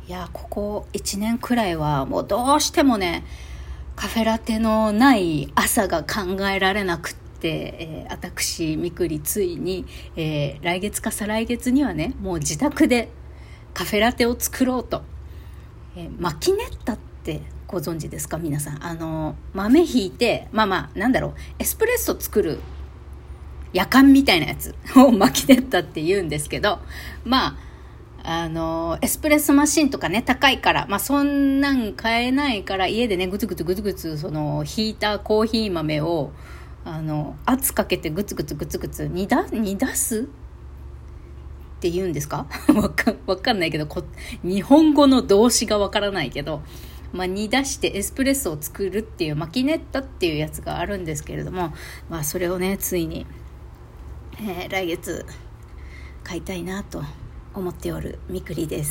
いやここ1年くらいはもうどうしてもねカフェラテのない朝が考えられなくって、私みくりついに、来月か再来月にはねもう自宅でカフェラテを作ろうと、マキネッタってご存知ですか皆さん。豆ひいてエスプレッソ作るやかんみたいなやつをマキネッタって言うんですけど、エスプレッソマシンとかね高いから、そんなん買えないから家でねグツグツそのひいたコーヒー豆を圧かけてグツグツ煮出すって言うんですかわかんないけど日本語の動詞がわからないけど、煮出してエスプレッソを作るっていうマキネッタっていうやつがあるんですけれども、それをねついに、来月買いたいなと思っておるみくりです。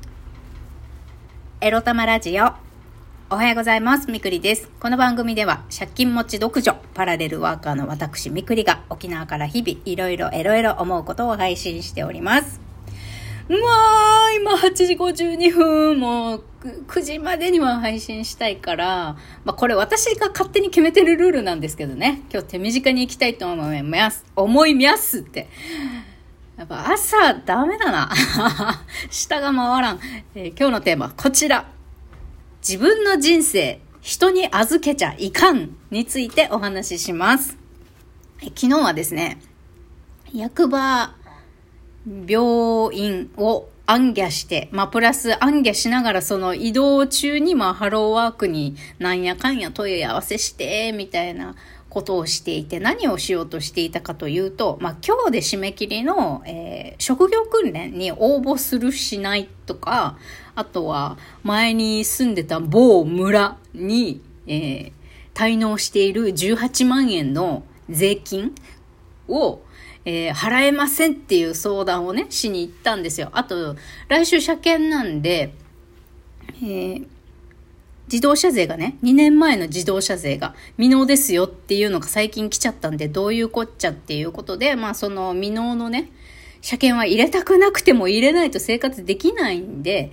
エロ玉ラジオ、おはようございます。みくりです。この番組では借金持ち独女パラレルワーカーの私みくりが沖縄から日々いろいろ思うことを配信しております。今8時52分もう9時までには配信したいから、これ私が勝手に決めてるルールなんですけどね、今日手短に行きたいと思いますってやっぱ朝ダメだな下が回らん。今日のテーマこちら、自分の人生人に預けちゃいかんについてお話しします。昨日はですね、役場病院を暗記して、プラス暗記しながらその移動中にハローワークになんやかんや問い合わせしてみたいなことをしていて、何をしようとしていたかというと、今日で締め切りの、職業訓練に応募するしないとか、あとは前に住んでた某村に、滞納している18万円の税金を払えませんっていう相談をねしに行ったんですよ。あと来週車検なんで、自動車税がね2年前の自動車税が未納ですよっていうのが最近来ちゃったんで、どういうこっちゃっていうことで、その未納のね車検は入れたくなくても入れないと生活できないんで、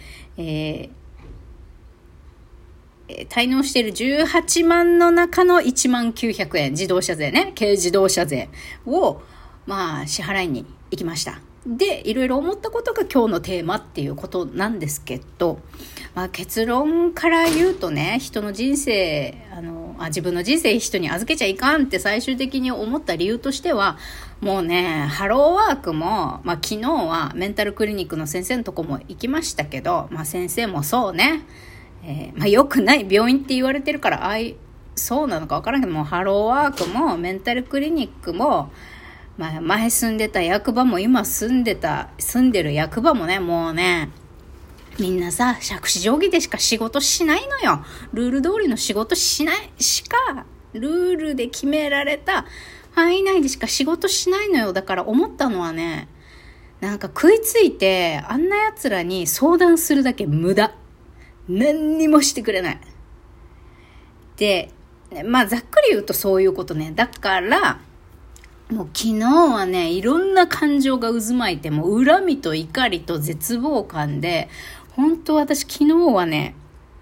滞納している18万の中の1万900円自動車税ね、軽自動車税を支払いに行きました。で、いろいろ思ったことが今日のテーマっていうことなんですけど、結論から言うとね、人の人生自分の人生人に預けちゃいかんって最終的に思った理由としては、もうねハローワークも、昨日はメンタルクリニックの先生のとこも行きましたけど、先生もそうね、良くない病院って言われてるからそうなのか分からんけども、ハローワークもメンタルクリニックも前住んでた役場も今住んでる役場もね、もうねみんなさ杓子定規でしか仕事しないのよ。ルール通りの仕事しないしか、ルールで決められた範囲内でしか仕事しないのよ。だから思ったのはね、食いついてあんな奴らに相談するだけ無駄、何にもしてくれないで、ざっくり言うとそういうことね。だからもう昨日はねいろんな感情が渦巻いて、もう恨みと怒りと絶望感で、本当私昨日はね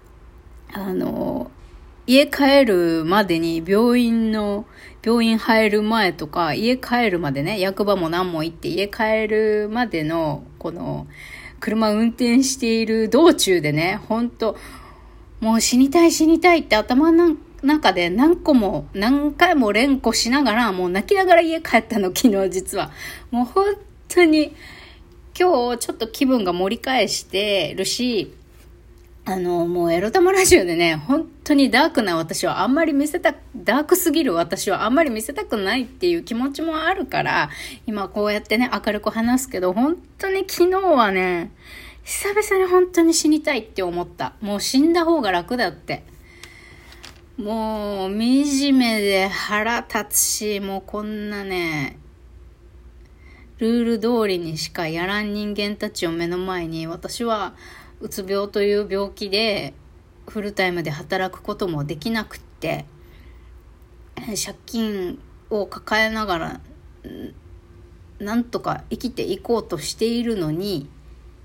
家帰るまでに病院入る前とか家帰るまでね、役場も何も行って家帰るまでのこの車運転している道中でね、本当もう死にたいって頭の中で何回も連呼しながら、もう泣きながら家帰ったの。昨日実はもう本当に今日ちょっと気分が盛り返してるし、もうエロ玉ラジオでね本当にダークすぎる私はあんまり見せたくないっていう気持ちもあるから、今こうやってね明るく話すけど、本当に昨日はね久々に本当に死にたいって思った。もう死んだ方が楽だって。もう惨めで腹立つし、もうこんなねルール通りにしかやらん人間たちを目の前に、私はうつ病という病気でフルタイムで働くこともできなくって、借金を抱えながらなんとか生きていこうとしているのに、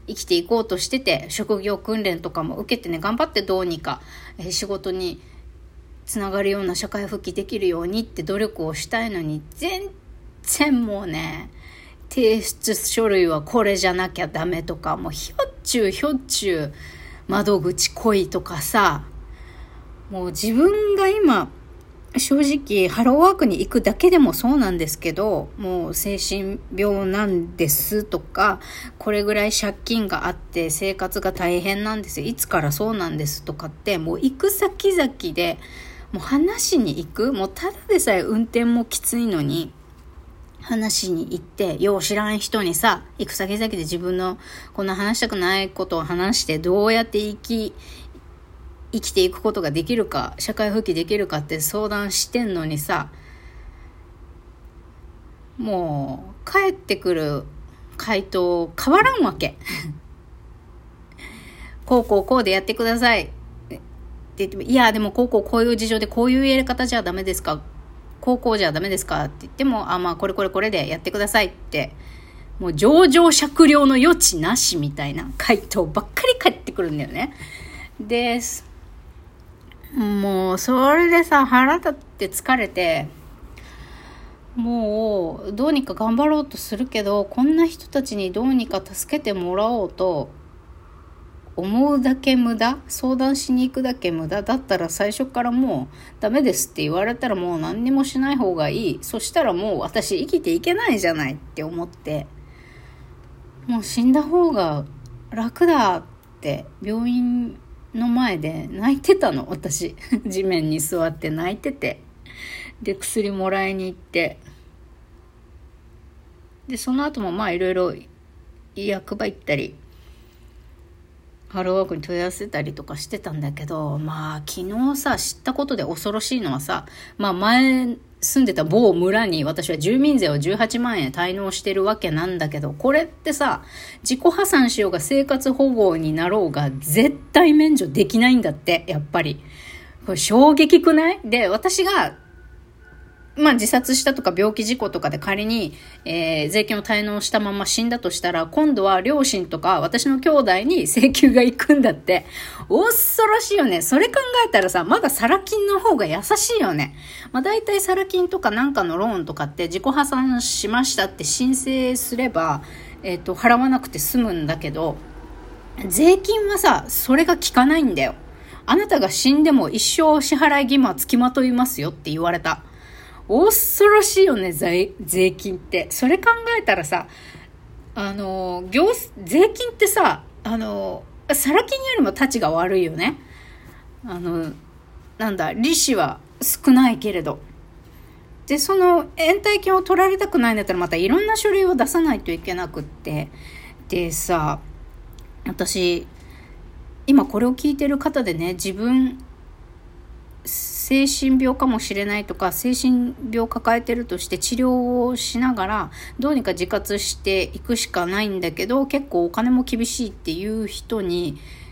生きていこうとしてて、職業訓練とかも受けてね、頑張ってどうにか、仕事につながるような社会復帰できるようにって努力をしたいのに、全然もうね、提出書類はこれじゃなきゃダメとか、もうひょっちゅう窓口来いとかさ、もう自分が今正直ハローワークに行くだけでもそうなんですけど、もう精神病なんですとか、これぐらい借金があって生活が大変なんですよ、いつからそうなんですとかって、もう行く先々でもう話しに行く、もうただでさえ運転もきついのに話しに行って、よう知らん人にさ、行く先々で自分のこんな話したくないことを話して、どうやって生きていくことができるか、社会復帰できるかって相談してんのにさ、もう帰ってくる回答変わらんわけこうでやってくださいって言っても、いやでもこういう事情でこういうやり方じゃダメですか、こうじゃダメですかって言っても、まあこれでやってくださいって、もう情状酌量の余地なしみたいな回答ばっかり返ってくるんだよね。で、もうそれでさ、腹立って疲れて、もうどうにか頑張ろうとするけど、こんな人たちにどうにか助けてもらおうと思うだけ無駄、相談しに行くだけ無駄だったら、最初からもうダメですって言われたらもう何にもしない方がいい。そしたらもう私生きていけないじゃないって思って、もう死んだ方が楽だって病院の前で泣いてたの、私地面に座って泣いてて、で薬もらいに行って、でその後もまあいろいろ役場行ったりハローワークに問い合わせたりとかしてたんだけど、まあ昨日さ知ったことで恐ろしいのはさ、まあ前住んでた某村に私は住民税を18万円滞納してるわけなんだけど、これってさ、自己破産しようが生活保護になろうが絶対免除できないんだって。やっぱりこれ衝撃くない？で、私が自殺したとか病気事故とかで仮に、税金を滞納したまま死んだとしたら、今度は両親とか私の兄弟に請求が行くんだって。恐ろしいよね。それ考えたらさ、まだサラ金の方が優しいよね。だいたいサラ金とかなんかのローンとかって自己破産しましたって申請すれば、払わなくて済むんだけど、税金はさ、それが効かないんだよ。あなたが死んでも一生支払い義務はつきまといますよって言われた。恐ろしいよね、税金って。それ考えたらさ、税金ってさ、サラ金よりもたちが悪いよね。利子は少ないけれど。で、その延滞金を取られたくないんだったら、またいろんな書類を出さないといけなくって。でさ、私、今これを聞いてる方でね、自分、精神病かもしれないとか、精神病を抱えてるとして治療をしながらどうにか自活していくしかないんだけど、結構お金も厳しいっていう人に、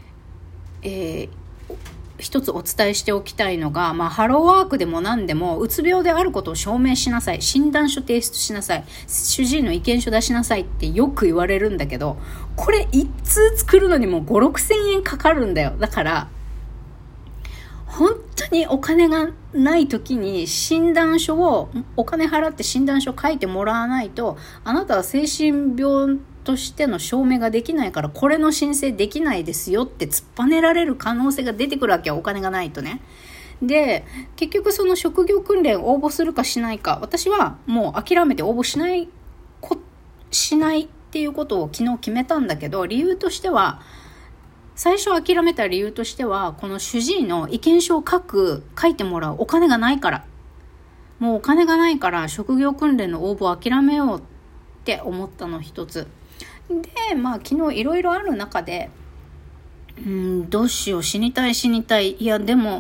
一つお伝えしておきたいのが、ハローワークでも何でもうつ病であることを証明しなさい、診断書提出しなさい、主治医の意見書出しなさいってよく言われるんだけど、これ一通作るのにも5、6千円かかるんだよ。だから本当にお金がない時に診断書をお金払って診断書書いてもらわないと、あなたは精神病としての証明ができないから、これの申請できないですよって突っぱねられる可能性が出てくるわけよ、お金がないとね。で、結局その職業訓練応募するかしないか、私はもう諦めて応募しないっていうことを昨日決めたんだけど、理由としては、最初諦めた理由としては、この主治医の意見書を書いてもらうお金がないから。もうお金がないから職業訓練の応募を諦めようって思ったの一つ。で、昨日いろいろある中で、どうしよう、死にたい。いや、でも、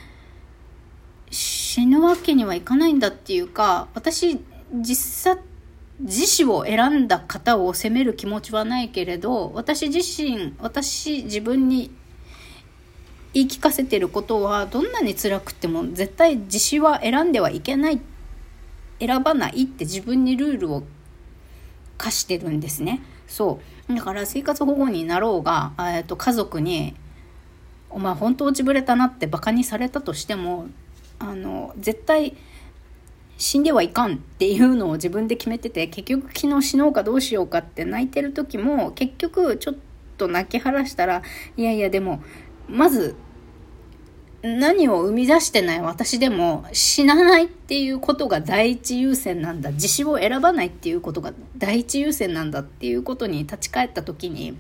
死ぬわけにはいかないんだっていうか、私、自死を選んだ方を責める気持ちはないけれど、私自分に言い聞かせてることは、どんなに辛くても絶対自死は選んではいけない、選ばないって自分にルールを課してるんですね。そだから生活保護になろうが、家族にお前本当落ちぶれたなってバカにされたとしても、絶対死んではいかんっていうのを自分で決めてて、結局昨日死のうかどうしようかって泣いてる時も、結局ちょっと泣き晴らしたら、いやいやでもまず何を生み出してない私でも死なないっていうことが第一優先なんだ、自死を選ばないっていうことが第一優先なんだっていうことに立ち返った時に、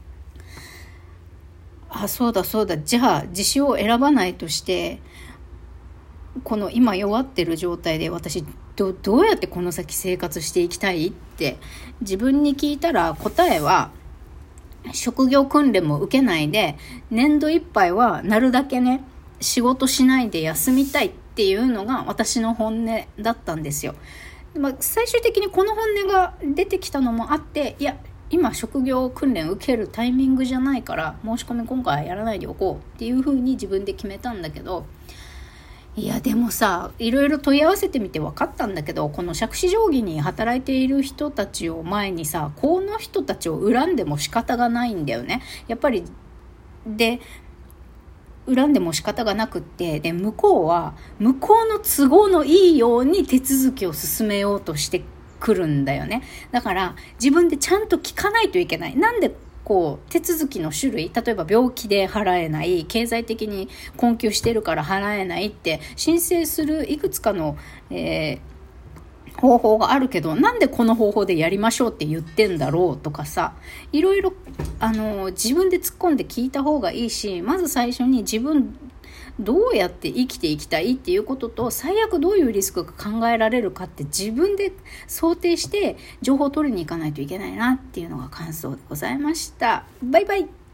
そうだじゃあ自死を選ばないとして、この今弱ってる状態で私どうやってこの先生活していきたいって自分に聞いたら、答えは職業訓練も受けないで年度いっぱいはなるだけね仕事しないで休みたいっていうのが私の本音だったんですよ。最終的にこの本音が出てきたのもあって、いや今職業訓練受けるタイミングじゃないから申し込み今回はやらないでおこうっていう風に自分で決めたんだけど、いやでもさ、いろいろ問い合わせてみて分かったんだけど、この杓子定規に働いている人たちを前にさ、この人たちを恨んでも仕方がないんだよね。やっぱりで恨んでも仕方がなくって、で向こうは向こうの都合のいいように手続きを進めようとしてくるんだよね。だから自分でちゃんと聞かないといけない。なんでこう手続きの種類、例えば病気で払えない、経済的に困窮してるから払えないって申請するいくつかの、方法があるけど、なんでこの方法でやりましょうって言ってんだろうとかさ、いろいろ自分で突っ込んで聞いた方がいいし、まず最初に自分どうやって生きていきたいっていうことと、最悪どういうリスクが考えられるかって自分で想定して情報を取りに行かないといけないなっていうのが感想でございました。バイバイ。